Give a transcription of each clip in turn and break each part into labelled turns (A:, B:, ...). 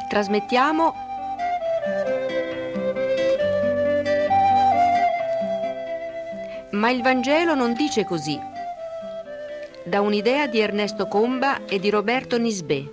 A: Trasmettiamo Ma il Vangelo non dice così, da un'idea di Ernesto Comba e di Roberto Nisbet.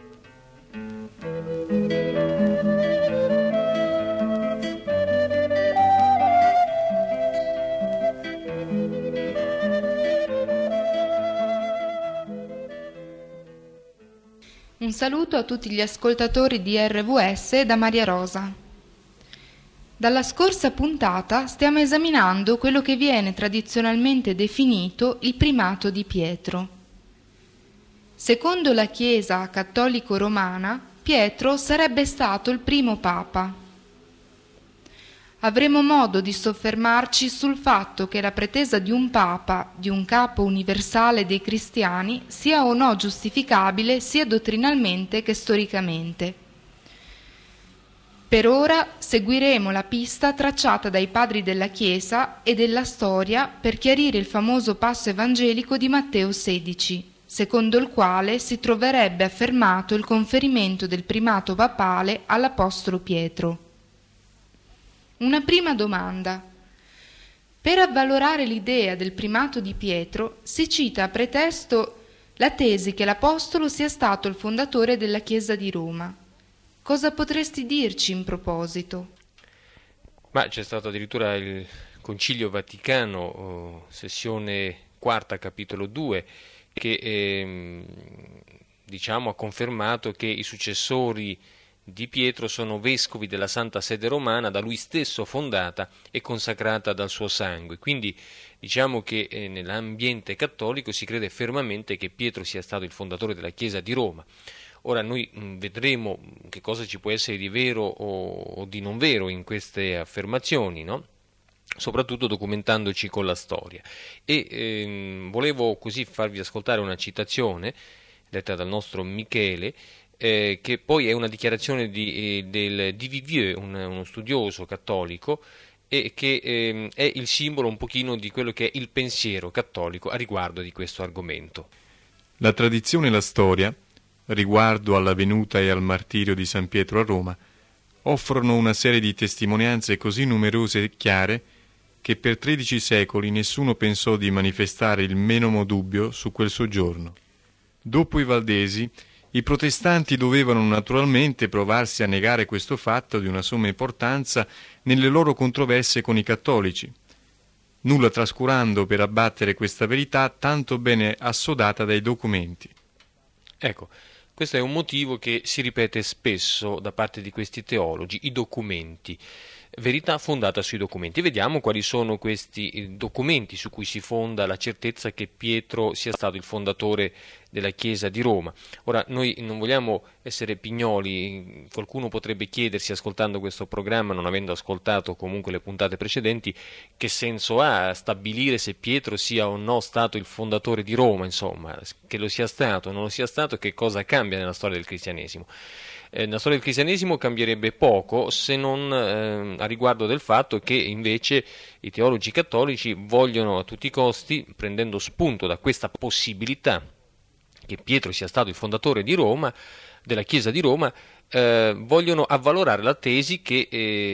B: Un saluto a tutti gli ascoltatori di RVS da Maria Rosa. Dalla scorsa puntata stiamo esaminando quello che viene tradizionalmente definito il primato di Pietro. Secondo la Chiesa cattolico-romana, Pietro sarebbe stato il primo papa. Avremo modo di soffermarci sul fatto che la pretesa di un papa, di un capo universale dei cristiani, sia o no giustificabile sia dottrinalmente che storicamente. Per ora seguiremo la pista tracciata dai padri della Chiesa e della storia per chiarire il famoso passo evangelico di Matteo 16, secondo il quale si troverebbe affermato il conferimento del primato papale all'apostolo Pietro. Una prima domanda. Per avvalorare l'idea del primato di Pietro si cita a pretesto la tesi che l'apostolo sia stato il fondatore della Chiesa di Roma. Cosa potresti dirci in proposito?
C: Ma c'è stato addirittura il Concilio Vaticano, sessione quarta, capitolo 2, che ha confermato che i successori di Pietro sono vescovi della Santa Sede Romana, da lui stesso fondata e consacrata dal suo sangue. Quindi diciamo che nell'ambiente cattolico si crede fermamente che Pietro sia stato il fondatore della Chiesa di Roma. Ora noi vedremo che cosa ci può essere di vero o di non vero in queste affermazioni, no? Soprattutto documentandoci con la storia. E volevo così farvi ascoltare una citazione letta dal nostro Michele, che poi è una dichiarazione di Vivieux, uno studioso cattolico, e che è il simbolo un pochino di quello che è il pensiero cattolico a riguardo di questo argomento.
D: La tradizione e la storia, riguardo alla venuta e al martirio di San Pietro a Roma, offrono una serie di testimonianze così numerose e chiare che per 13 secoli nessuno pensò di manifestare il minimo dubbio su quel soggiorno. Dopo i Valdesi, i protestanti dovevano naturalmente provarsi a negare questo fatto di una somma importanza nelle loro controversie con i cattolici, nulla trascurando per abbattere questa verità tanto bene assodata dai documenti.
C: Ecco, questo è un motivo che si ripete spesso da parte di questi teologi, i documenti. Verità fondata sui documenti. Vediamo quali sono questi documenti su cui si fonda la certezza che Pietro sia stato il fondatore della Chiesa di Roma. Ora, noi non vogliamo essere pignoli, qualcuno potrebbe chiedersi, ascoltando questo programma, non avendo ascoltato comunque le puntate precedenti, che senso ha stabilire se Pietro sia o no stato il fondatore di Roma, insomma, che lo sia stato o non lo sia stato, che cosa cambia nella storia del cristianesimo. La storia del cristianesimo cambierebbe poco se non a riguardo del fatto che invece i teologi cattolici vogliono a tutti i costi, prendendo spunto da questa possibilità che Pietro sia stato il fondatore di Roma, della Chiesa di Roma, vogliono avvalorare la tesi che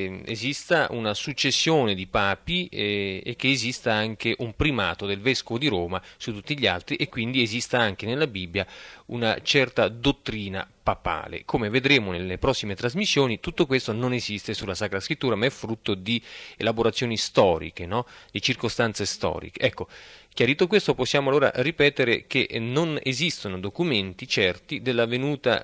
C: esista una successione di papi e che esista anche un primato del vescovo di Roma su tutti gli altri, e quindi esista anche nella Bibbia una certa dottrina papale. Come vedremo nelle prossime trasmissioni, tutto questo non esiste sulla Sacra Scrittura, ma è frutto di elaborazioni storiche, no? Di circostanze storiche. Ecco, chiarito questo, possiamo allora ripetere che non esistono documenti certi della venuta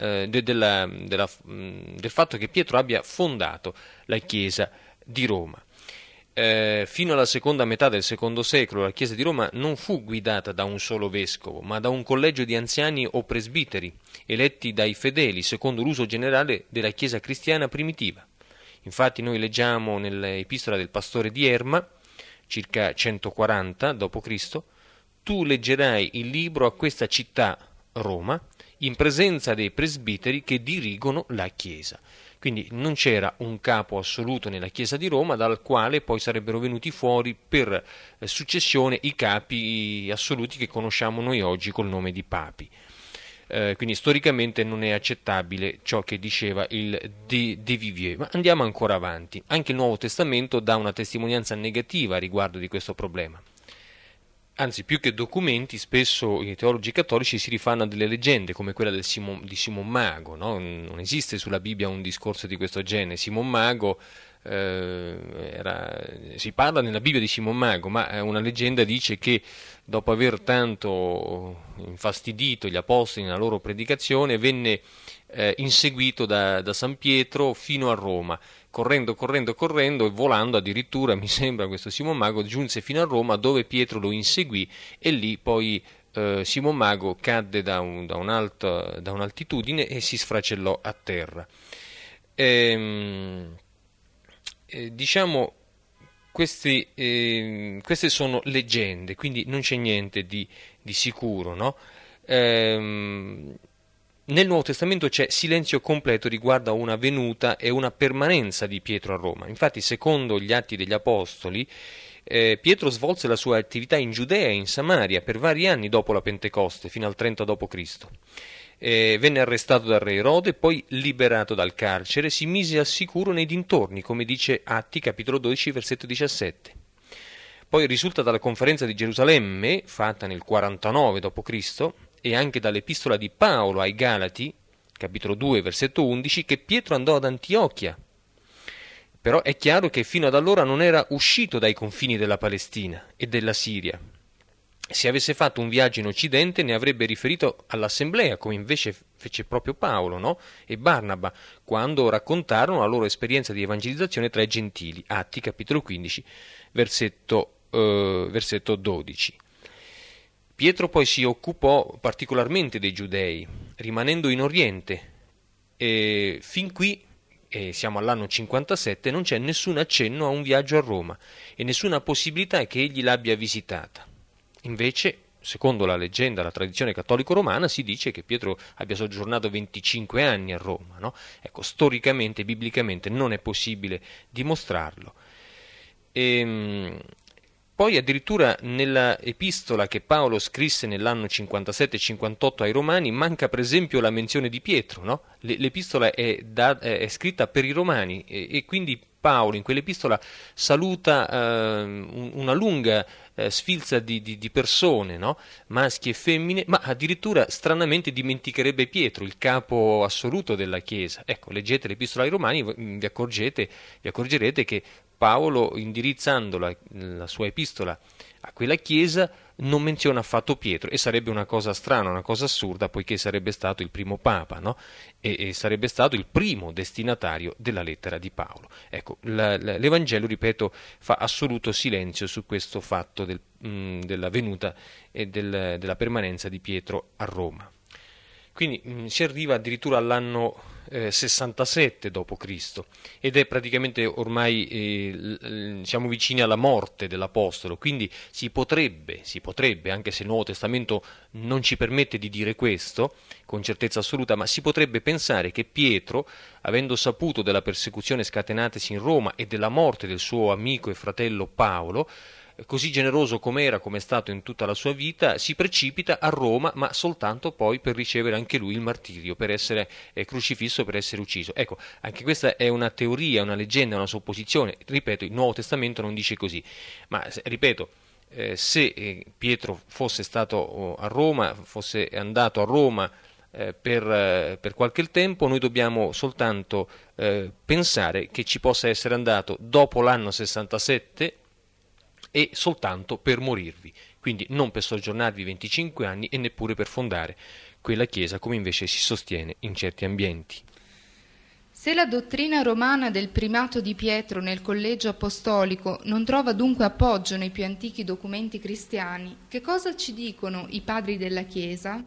C: del fatto che Pietro abbia fondato la Chiesa di Roma. Fino alla seconda metà del secondo secolo la Chiesa di Roma non fu guidata da un solo vescovo, ma da un collegio di anziani o presbiteri, eletti dai fedeli secondo l'uso generale della Chiesa cristiana primitiva. Infatti noi leggiamo nell'epistola del pastore di Erma, circa 140 d.C., tu leggerai il libro a questa città, Roma, in presenza dei presbiteri che dirigono la Chiesa. Quindi non c'era un capo assoluto nella Chiesa di Roma dal quale poi sarebbero venuti fuori per successione i capi assoluti che conosciamo noi oggi col nome di papi. quindi storicamente non è accettabile ciò che diceva il de Vivier. Ma andiamo ancora avanti. Anche il Nuovo Testamento dà una testimonianza negativa a riguardo di questo problema. Anzi, più che documenti, spesso i teologi cattolici si rifanno a delle leggende, come quella di Simon Mago, no? Non esiste sulla Bibbia un discorso di questo genere. Simon Mago, si parla nella Bibbia di Simon Mago, ma una leggenda dice che dopo aver tanto infastidito gli apostoli nella loro predicazione, venne inseguito da San Pietro fino a Roma. Correndo e volando addirittura, mi sembra, questo Simon Mago giunse fino a Roma, dove Pietro lo inseguì, e lì poi Simon Mago cadde da un'altitudine e si sfracellò a terra. Diciamo, queste sono leggende, quindi non c'è niente di sicuro, no? Nel Nuovo Testamento c'è silenzio completo riguardo a una venuta e una permanenza di Pietro a Roma. Infatti, secondo gli Atti degli Apostoli, Pietro svolse la sua attività in Giudea e in Samaria per vari anni dopo la Pentecoste, fino al 30 d.C. Venne arrestato dal re Erode, poi liberato dal carcere, si mise al sicuro nei dintorni, come dice Atti, capitolo 12, versetto 17. Poi risulta dalla conferenza di Gerusalemme, fatta nel 49 d.C., e anche dall'epistola di Paolo ai Galati, capitolo 2, versetto 11, che Pietro andò ad Antiochia. Però è chiaro che fino ad allora non era uscito dai confini della Palestina e della Siria. Se avesse fatto un viaggio in Occidente ne avrebbe riferito all'assemblea, come invece fece proprio Paolo, no? E Barnaba, quando raccontarono la loro esperienza di evangelizzazione tra i gentili. Atti, capitolo 15, versetto 12. Pietro poi si occupò particolarmente dei giudei, rimanendo in Oriente, e fin qui, siamo all'anno 57, non c'è nessun accenno a un viaggio a Roma e nessuna possibilità che egli l'abbia visitata. Invece, secondo la leggenda, la tradizione cattolico-romana, si dice che Pietro abbia soggiornato 25 anni a Roma, no? Ecco, storicamente, biblicamente, non è possibile dimostrarlo. Poi addirittura nella epistola che Paolo scrisse nell'anno 57-58 ai Romani manca per esempio la menzione di Pietro, no? L'epistola è scritta per i Romani e quindi Paolo in quell'epistola saluta una lunga sfilza di persone, no? Maschi e femmine, ma addirittura stranamente dimenticherebbe Pietro, il capo assoluto della Chiesa. Ecco, leggete l'epistola ai Romani, vi accorgerete che Paolo, indirizzando la sua epistola a quella chiesa, non menziona affatto Pietro, e sarebbe una cosa strana, una cosa assurda, poiché sarebbe stato il primo papa, no? E sarebbe stato il primo destinatario della lettera di Paolo. Ecco, l'Evangelo, ripeto, fa assoluto silenzio su questo fatto della venuta e della permanenza di Pietro a Roma. Quindi si arriva addirittura all'anno 67 d.C. ed è praticamente ormai siamo vicini alla morte dell'Apostolo, quindi si potrebbe, anche se il Nuovo Testamento non ci permette di dire questo con certezza assoluta, ma si potrebbe pensare che Pietro, avendo saputo della persecuzione scatenatasi in Roma e della morte del suo amico e fratello Paolo, così generoso come è stato in tutta la sua vita, si precipita a Roma, ma soltanto poi per ricevere anche lui il martirio, per essere crocifisso, per essere ucciso. Ecco, anche questa è una teoria, una leggenda, una supposizione. Ripeto, il Nuovo Testamento non dice così, ma ripeto, se Pietro fosse stato a Roma, fosse andato a Roma per qualche tempo, noi dobbiamo soltanto pensare che ci possa essere andato dopo l'anno 67 e soltanto per morirvi, quindi non per soggiornarvi 25 anni e neppure per fondare quella chiesa, come invece si sostiene in certi ambienti.
B: Se la dottrina romana del primato di Pietro nel collegio apostolico non trova dunque appoggio nei più antichi documenti cristiani, che cosa ci dicono i padri della Chiesa?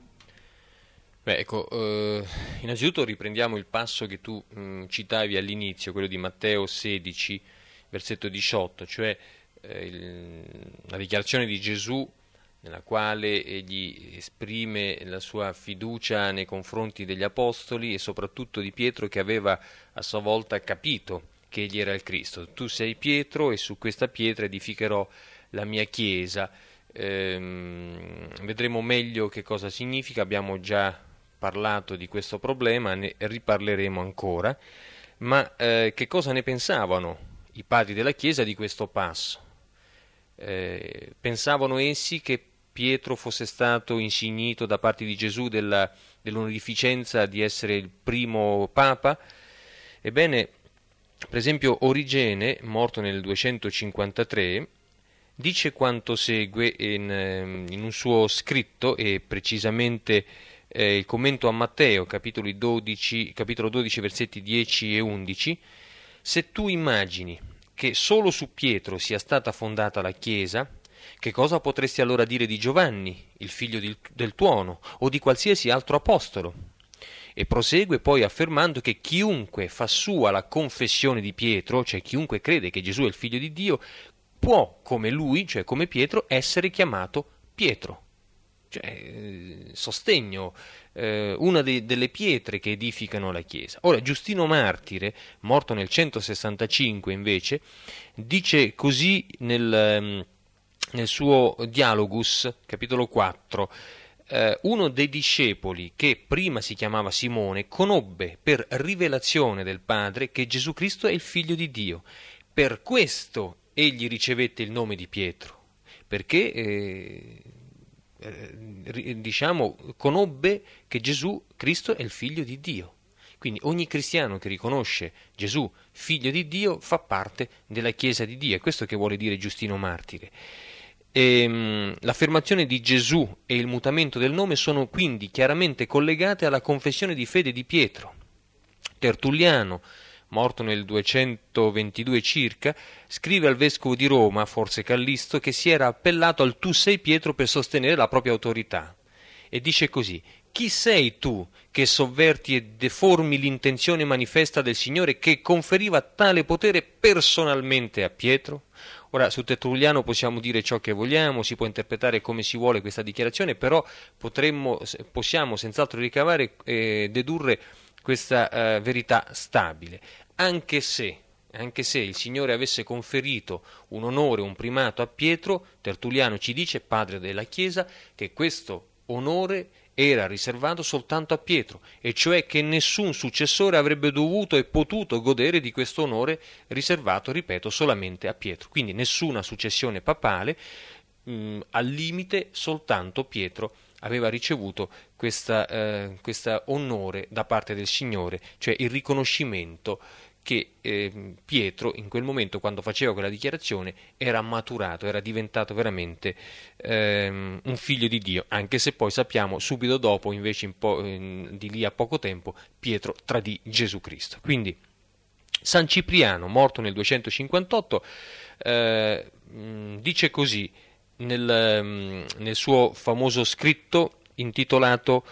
C: Innanzitutto riprendiamo il passo che tu citavi all'inizio, quello di Matteo 16, versetto 18, cioè la dichiarazione di Gesù nella quale egli esprime la sua fiducia nei confronti degli apostoli e soprattutto di Pietro, che aveva a sua volta capito che egli era il Cristo. Tu sei Pietro e su questa pietra edificherò la mia chiesa. Vedremo meglio che cosa significa, abbiamo già parlato di questo problema, ne riparleremo ancora, ma che cosa ne pensavano i padri della Chiesa di questo passo? Pensavano essi che Pietro fosse stato insignito da parte di Gesù dell'onorificenza di essere il primo Papa? Ebbene, per esempio, Origene, morto nel 253, dice quanto segue in un suo scritto, e precisamente il commento a Matteo, capitolo 12, versetti 10 e 11, se tu immagini che solo su Pietro sia stata fondata la Chiesa, che cosa potresti allora dire di Giovanni, il figlio del tuono, o di qualsiasi altro apostolo? E prosegue poi affermando che chiunque fa sua la confessione di Pietro, cioè chiunque crede che Gesù è il figlio di Dio, può, come lui, cioè come Pietro, essere chiamato Pietro. Cioè, sostegno, una delle pietre che edificano la Chiesa. Ora, Giustino Martire, morto nel 165 invece, dice così nel suo Dialogus, capitolo 4, uno dei discepoli, che prima si chiamava Simone, conobbe per rivelazione del Padre che Gesù Cristo è il Figlio di Dio. Per questo egli ricevette il nome di Pietro, perché conobbe che Gesù Cristo è il Figlio di Dio. Quindi ogni cristiano che riconosce Gesù Figlio di Dio fa parte della Chiesa di Dio. È questo che vuole dire Giustino Martire. L'affermazione di Gesù e il mutamento del nome sono quindi chiaramente collegate alla confessione di fede di Pietro. Tertulliano, morto nel 222 circa, scrive al vescovo di Roma, forse Callisto, che si era appellato al tu sei Pietro per sostenere la propria autorità, e dice così: chi sei tu che sovverti e deformi l'intenzione manifesta del Signore che conferiva tale potere personalmente a Pietro? Ora, su Tertulliano possiamo dire ciò che vogliamo, si può interpretare come si vuole questa dichiarazione, però possiamo senz'altro ricavare e dedurre questa verità stabile. Anche se il Signore avesse conferito un onore, un primato a Pietro, Tertulliano ci dice, padre della Chiesa, che questo onore era riservato soltanto a Pietro, e cioè che nessun successore avrebbe dovuto e potuto godere di questo onore riservato, ripeto, solamente a Pietro. Quindi nessuna successione papale, al limite soltanto Pietro aveva ricevuto questa onore da parte del Signore, cioè il riconoscimento che Pietro in quel momento, quando faceva quella dichiarazione, era maturato, era diventato veramente un figlio di Dio, anche se poi sappiamo subito dopo, invece di lì a poco tempo, Pietro tradì Gesù Cristo. Quindi San Cipriano, morto nel 258, dice così nel suo famoso scritto intitolato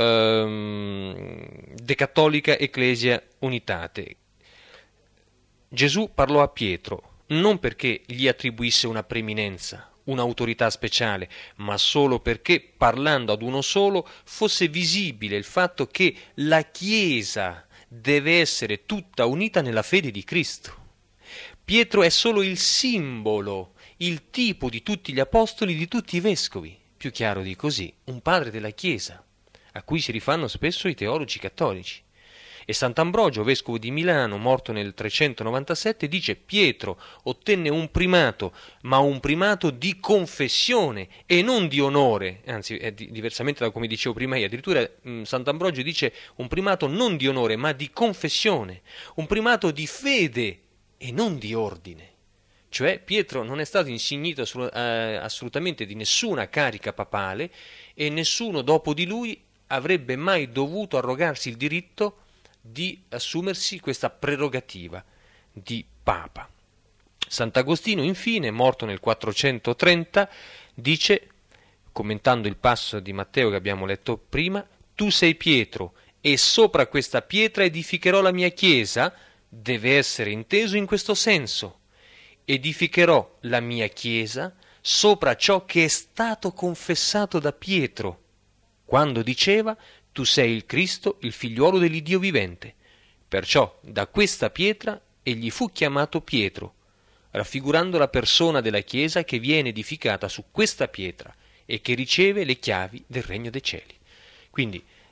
C: De Cattolica Ecclesia Unitate: Gesù parlò a Pietro non perché gli attribuisse una preeminenza, un'autorità speciale, ma solo perché, parlando ad uno solo, fosse visibile il fatto che la Chiesa deve essere tutta unita nella fede di Cristo. Pietro è solo il simbolo, il tipo di tutti gli apostoli, di tutti i vescovi. Più chiaro di così, un padre della Chiesa, a cui si rifanno spesso i teologi cattolici. E Sant'Ambrogio, vescovo di Milano, morto nel 397, dice: Pietro ottenne un primato, ma un primato di confessione e non di onore, anzi, diversamente da come dicevo prima io, addirittura Sant'Ambrogio dice un primato non di onore, ma di confessione, un primato di fede e non di ordine. Cioè Pietro non è stato insignito assolutamente di nessuna carica papale, e nessuno dopo di lui avrebbe mai dovuto arrogarsi il diritto di assumersi questa prerogativa di Papa. Sant'Agostino, infine, morto nel 430, dice, commentando il passo di Matteo che abbiamo letto prima: tu sei Pietro, e sopra questa pietra edificherò la mia chiesa. Deve essere inteso in questo senso: edificherò la mia chiesa sopra ciò che è stato confessato da Pietro, quando diceva: tu sei il Cristo, il figliuolo dell'Iddio vivente. Perciò da questa pietra egli fu chiamato Pietro, raffigurando la persona della Chiesa che viene edificata su questa pietra e che riceve le chiavi del regno dei cieli. Quindi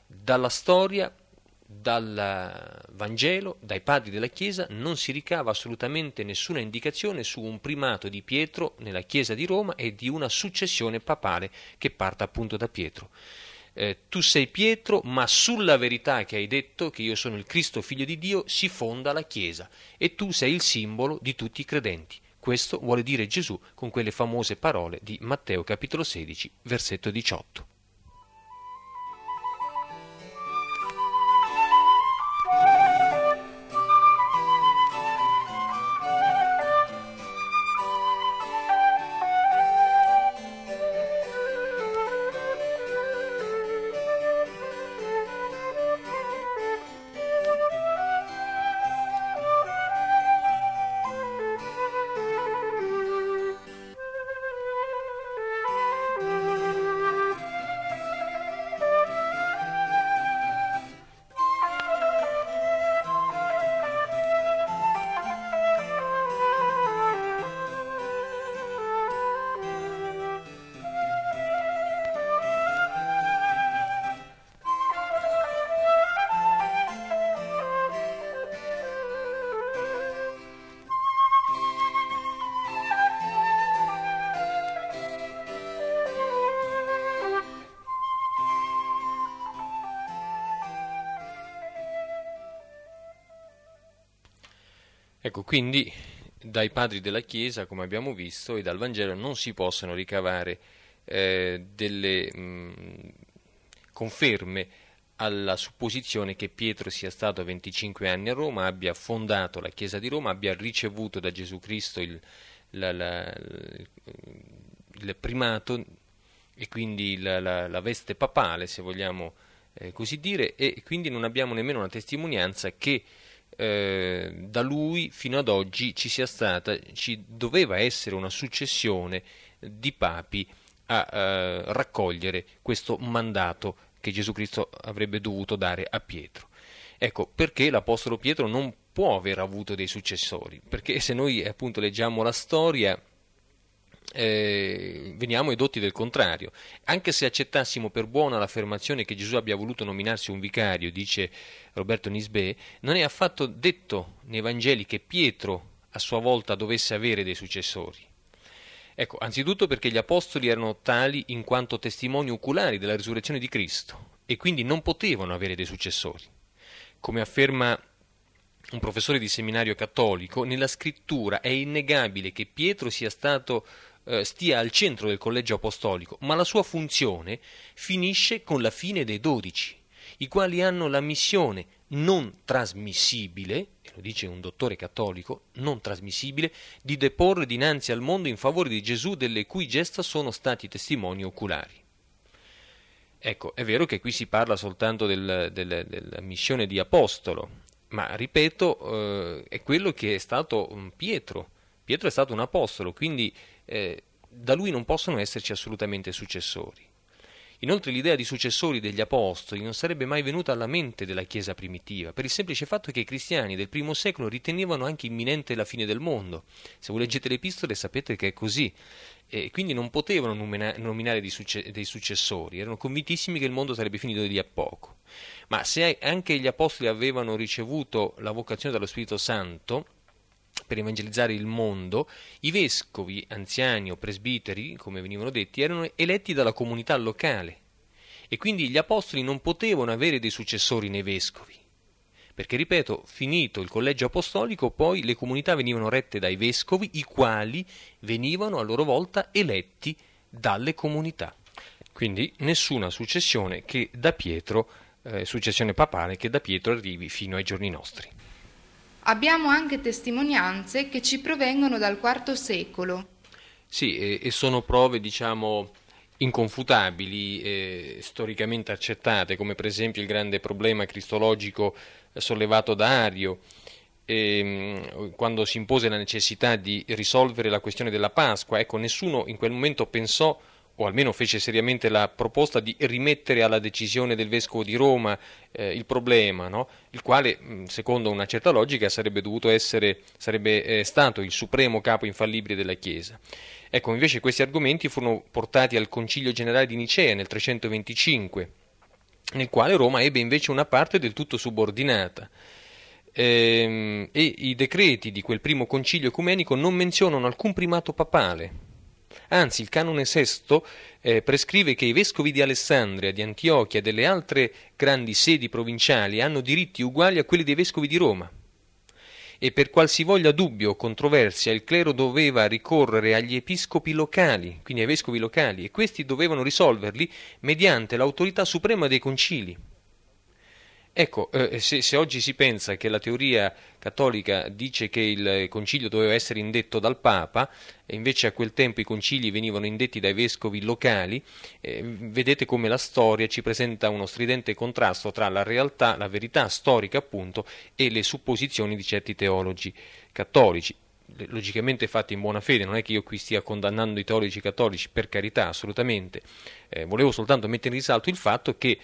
C: Dalla storia, dal Vangelo, dai padri della Chiesa non si ricava assolutamente nessuna indicazione su un primato di Pietro nella Chiesa di Roma e di una successione papale che parta appunto da Pietro. Tu sei Pietro, ma sulla verità che hai detto, che io sono il Cristo figlio di Dio, si fonda la Chiesa e tu sei il simbolo di tutti i credenti. Questo vuole dire Gesù con quelle famose parole di Matteo capitolo 16, versetto 18. Ecco, quindi dai padri della Chiesa, come abbiamo visto, e dal Vangelo non si possono ricavare delle conferme alla supposizione che Pietro sia stato 25 anni a Roma, abbia fondato la Chiesa di Roma, abbia ricevuto da Gesù Cristo il primato e quindi la veste papale, se vogliamo così dire, e quindi non abbiamo nemmeno una testimonianza che da lui fino ad oggi ci doveva essere una successione di papi a raccogliere questo mandato che Gesù Cristo avrebbe dovuto dare a Pietro. Ecco, perché l'Apostolo Pietro non può aver avuto dei successori? Perché se noi appunto leggiamo la storia veniamo edotti del contrario. Anche se accettassimo per buona l'affermazione che Gesù abbia voluto nominarsi un vicario, dice Roberto Nisbet, non è affatto detto nei Vangeli che Pietro a sua volta dovesse avere dei successori. Ecco, anzitutto perché gli apostoli erano tali in quanto testimoni oculari della risurrezione di Cristo e quindi non potevano avere dei successori. Come afferma un professore di seminario cattolico, nella scrittura è innegabile che Pietro stia al centro del collegio apostolico, ma la sua funzione finisce con la fine dei 12, i quali hanno la missione non trasmissibile, e lo dice un dottore cattolico, non trasmissibile, di deporre dinanzi al mondo in favore di Gesù, delle cui gesta sono stati testimoni oculari. Ecco, è vero che qui si parla soltanto della missione di apostolo, ma ripeto, è quello che è stato Pietro. Pietro è stato un apostolo, quindi da lui non possono esserci assolutamente successori. Inoltre l'idea di successori degli apostoli non sarebbe mai venuta alla mente della Chiesa primitiva, per il semplice fatto che i cristiani del primo secolo ritenevano anche imminente la fine del mondo. Se voi leggete le epistole sapete che è così, e quindi non potevano nominare dei successori, erano convintissimi che il mondo sarebbe finito di lì a poco. Ma se anche gli apostoli avevano ricevuto la vocazione dallo Spirito Santo per evangelizzare il mondo, i vescovi, anziani o presbiteri, come venivano detti, erano eletti dalla comunità locale e quindi gli apostoli non potevano avere dei successori nei vescovi, perché, ripeto, finito il collegio apostolico, poi le comunità venivano rette dai vescovi, i quali venivano a loro volta eletti dalle comunità. Quindi nessuna successione che da Pietro, successione papale che da Pietro arrivi fino ai giorni nostri.
B: Abbiamo anche testimonianze che ci provengono dal IV secolo.
C: Sì, e sono prove, diciamo, inconfutabili, storicamente accettate, come per esempio il grande problema cristologico sollevato da Ario, quando si impose la necessità di risolvere la questione della Pasqua. Ecco, nessuno in quel momento pensò, o almeno fece seriamente la proposta di rimettere alla decisione del vescovo di Roma il problema, no? Il quale, secondo una certa logica, sarebbe stato il supremo capo infallibile della Chiesa. Ecco, invece questi argomenti furono portati al Concilio Generale di Nicea nel 325 nel quale Roma ebbe invece una parte del tutto subordinata. E i decreti di quel primo concilio ecumenico non menzionano alcun primato papale. Anzi, il canone sesto prescrive che i vescovi di Alessandria, di Antiochia e delle altre grandi sedi provinciali hanno diritti uguali a quelli dei vescovi di Roma. E per qualsivoglia dubbio o controversia il clero doveva ricorrere agli episcopi locali, quindi ai vescovi locali, e questi dovevano risolverli mediante l'autorità suprema dei concili. Ecco, se oggi si pensa che la teoria cattolica dice che il concilio doveva essere indetto dal Papa, e invece a quel tempo i concili venivano indetti dai vescovi locali, vedete come la storia ci presenta uno stridente contrasto tra la realtà, la verità storica appunto, e le supposizioni di certi teologi cattolici, logicamente fatte in buona fede. Non è che io qui stia condannando i teologi cattolici, per carità, assolutamente. Volevo soltanto mettere in risalto il fatto che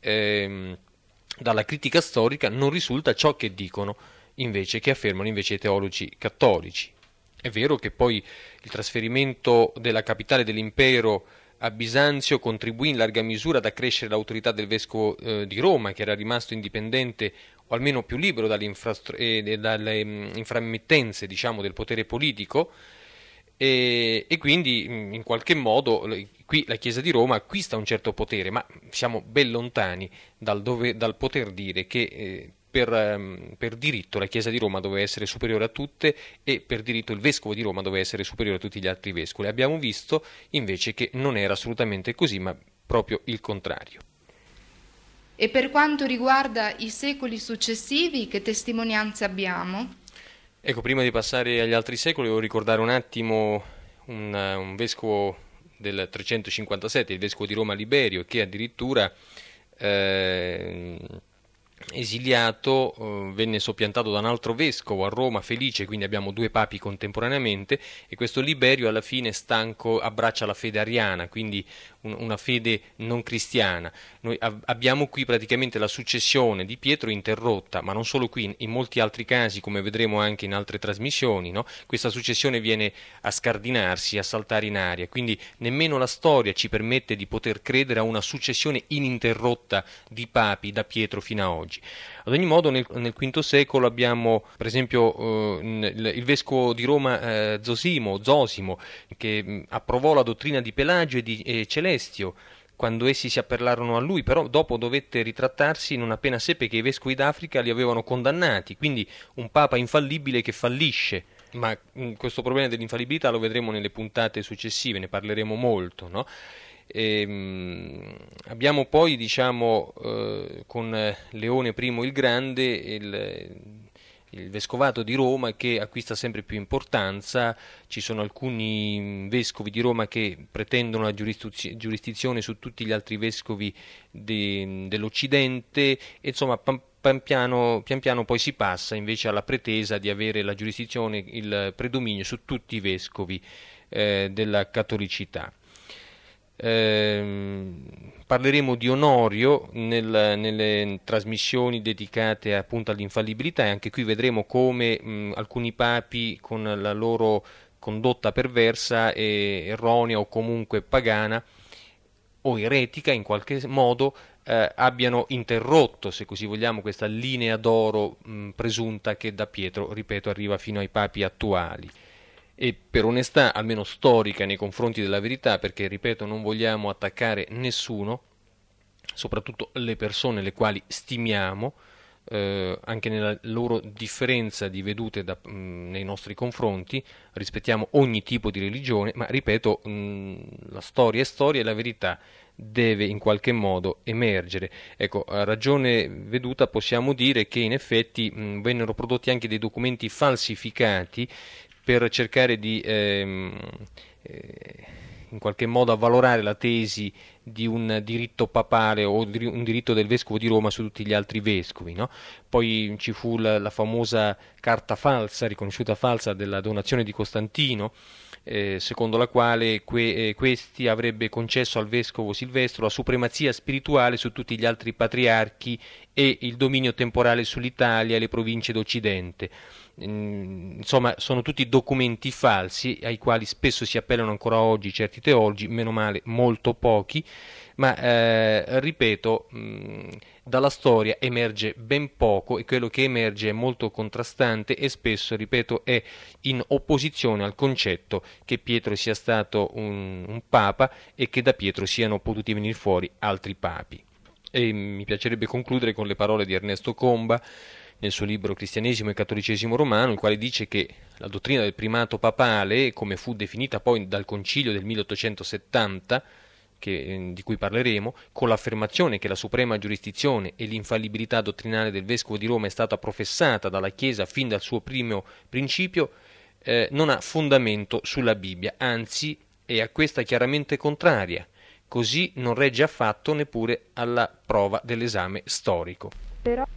C: dalla critica storica non risulta ciò che dicono invece, che affermano invece i teologi cattolici. È vero che poi il trasferimento della capitale dell'impero a Bisanzio contribuì in larga misura ad accrescere l'autorità del vescovo di Roma, che era rimasto indipendente o almeno più libero dalle inframmittenze, diciamo, del potere politico, e quindi in qualche modo qui la Chiesa di Roma acquista un certo potere, ma siamo ben lontani dal poter dire che per diritto la Chiesa di Roma doveva essere superiore a tutte, e per diritto il vescovo di Roma doveva essere superiore a tutti gli altri vescovi. Abbiamo visto invece che non era assolutamente così, ma proprio il contrario.
B: E per quanto riguarda i secoli successivi, che testimonianze abbiamo?
C: Ecco, prima di passare agli altri secoli, devo ricordare un attimo un vescovo del 357, il vescovo di Roma Liberio, che addirittura esiliato venne soppiantato da un altro vescovo a Roma, Felice, quindi abbiamo due papi contemporaneamente, e questo Liberio alla fine, stanco, abbraccia la fede ariana, quindi una fede non cristiana. Noi abbiamo qui praticamente la successione di Pietro interrotta, ma non solo qui, in molti altri casi, come vedremo anche in altre trasmissioni, no? Questa successione viene a scardinarsi, a saltare in aria, quindi nemmeno la storia ci permette di poter credere a una successione ininterrotta di papi da Pietro fino a oggi. Ad ogni modo nel V secolo abbiamo per esempio il vescovo di Roma Zosimo, che approvò la dottrina di Pelagio e di Celestio quando essi si appellarono a lui, però dopo dovette ritrattarsi non appena seppe che i vescovi d'Africa li avevano condannati, quindi un papa infallibile che fallisce. Ma questo problema dell'infallibilità lo vedremo nelle puntate successive, ne parleremo molto, no? Abbiamo poi, diciamo, con Leone I il Grande il vescovato di Roma che acquista sempre più importanza. Ci sono alcuni vescovi di Roma che pretendono la giurisdizione su tutti gli altri vescovi dell'Occidente, e insomma pian piano poi si passa invece alla pretesa di avere la giurisdizione, il predominio su tutti i vescovi della cattolicità. Parleremo di Onorio nelle trasmissioni dedicate appunto all'infallibilità, e anche qui vedremo come alcuni papi, con la loro condotta perversa e erronea o comunque pagana o eretica in qualche modo, abbiano interrotto, se così vogliamo, questa linea d'oro presunta che da Pietro, ripeto, arriva fino ai papi attuali. E per onestà, almeno storica, nei confronti della verità, perché, ripeto, non vogliamo attaccare nessuno, soprattutto le persone le quali stimiamo, anche nella loro differenza di vedute nei nostri confronti, rispettiamo ogni tipo di religione, ma ripeto, la storia è storia e la verità deve in qualche modo emergere. Ecco, a ragione veduta possiamo dire che in effetti vennero prodotti anche dei documenti falsificati per cercare di in qualche modo avvalorare la tesi di un diritto papale o un diritto del vescovo di Roma su tutti gli altri vescovi, no? Poi ci fu la famosa carta falsa, riconosciuta falsa, della donazione di Costantino, secondo la quale questi avrebbe concesso al vescovo Silvestro la supremazia spirituale su tutti gli altri patriarchi e il dominio temporale sull'Italia e le province d'Occidente. insomma sono tutti documenti falsi ai quali spesso si appellano ancora oggi certi teologi, meno male molto pochi, ma ripeto, dalla storia emerge ben poco e quello che emerge è molto contrastante e spesso, ripeto, è in opposizione al concetto che Pietro sia stato un papa e che da Pietro siano potuti venire fuori altri papi. E mi piacerebbe concludere con le parole di Ernesto Comba nel suo libro Cristianesimo e Cattolicesimo Romano, il quale dice che la dottrina del primato papale, come fu definita poi dal Concilio del 1870, di cui parleremo, con l'affermazione che la suprema giurisdizione e l'infallibilità dottrinale del Vescovo di Roma è stata professata dalla Chiesa fin dal suo primo principio, non ha fondamento sulla Bibbia, anzi è a questa chiaramente contraria. Così non regge affatto neppure alla prova dell'esame storico.
B: Però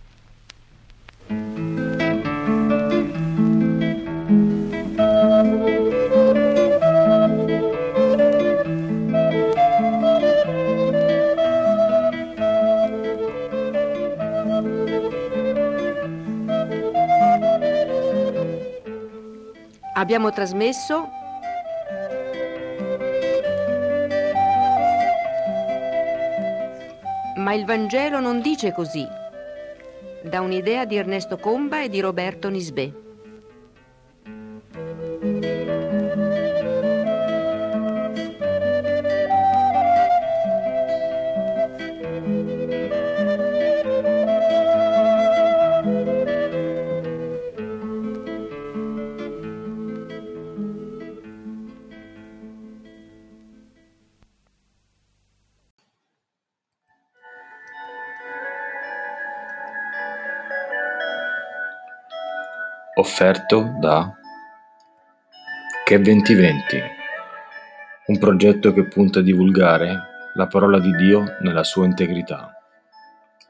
A: Abbiamo trasmesso Ma il Vangelo non dice così, da un'idea di Ernesto Comba e di Roberto Nisbet.
E: Offerto da Che 2020, un progetto che punta a divulgare la parola di Dio nella sua integrità.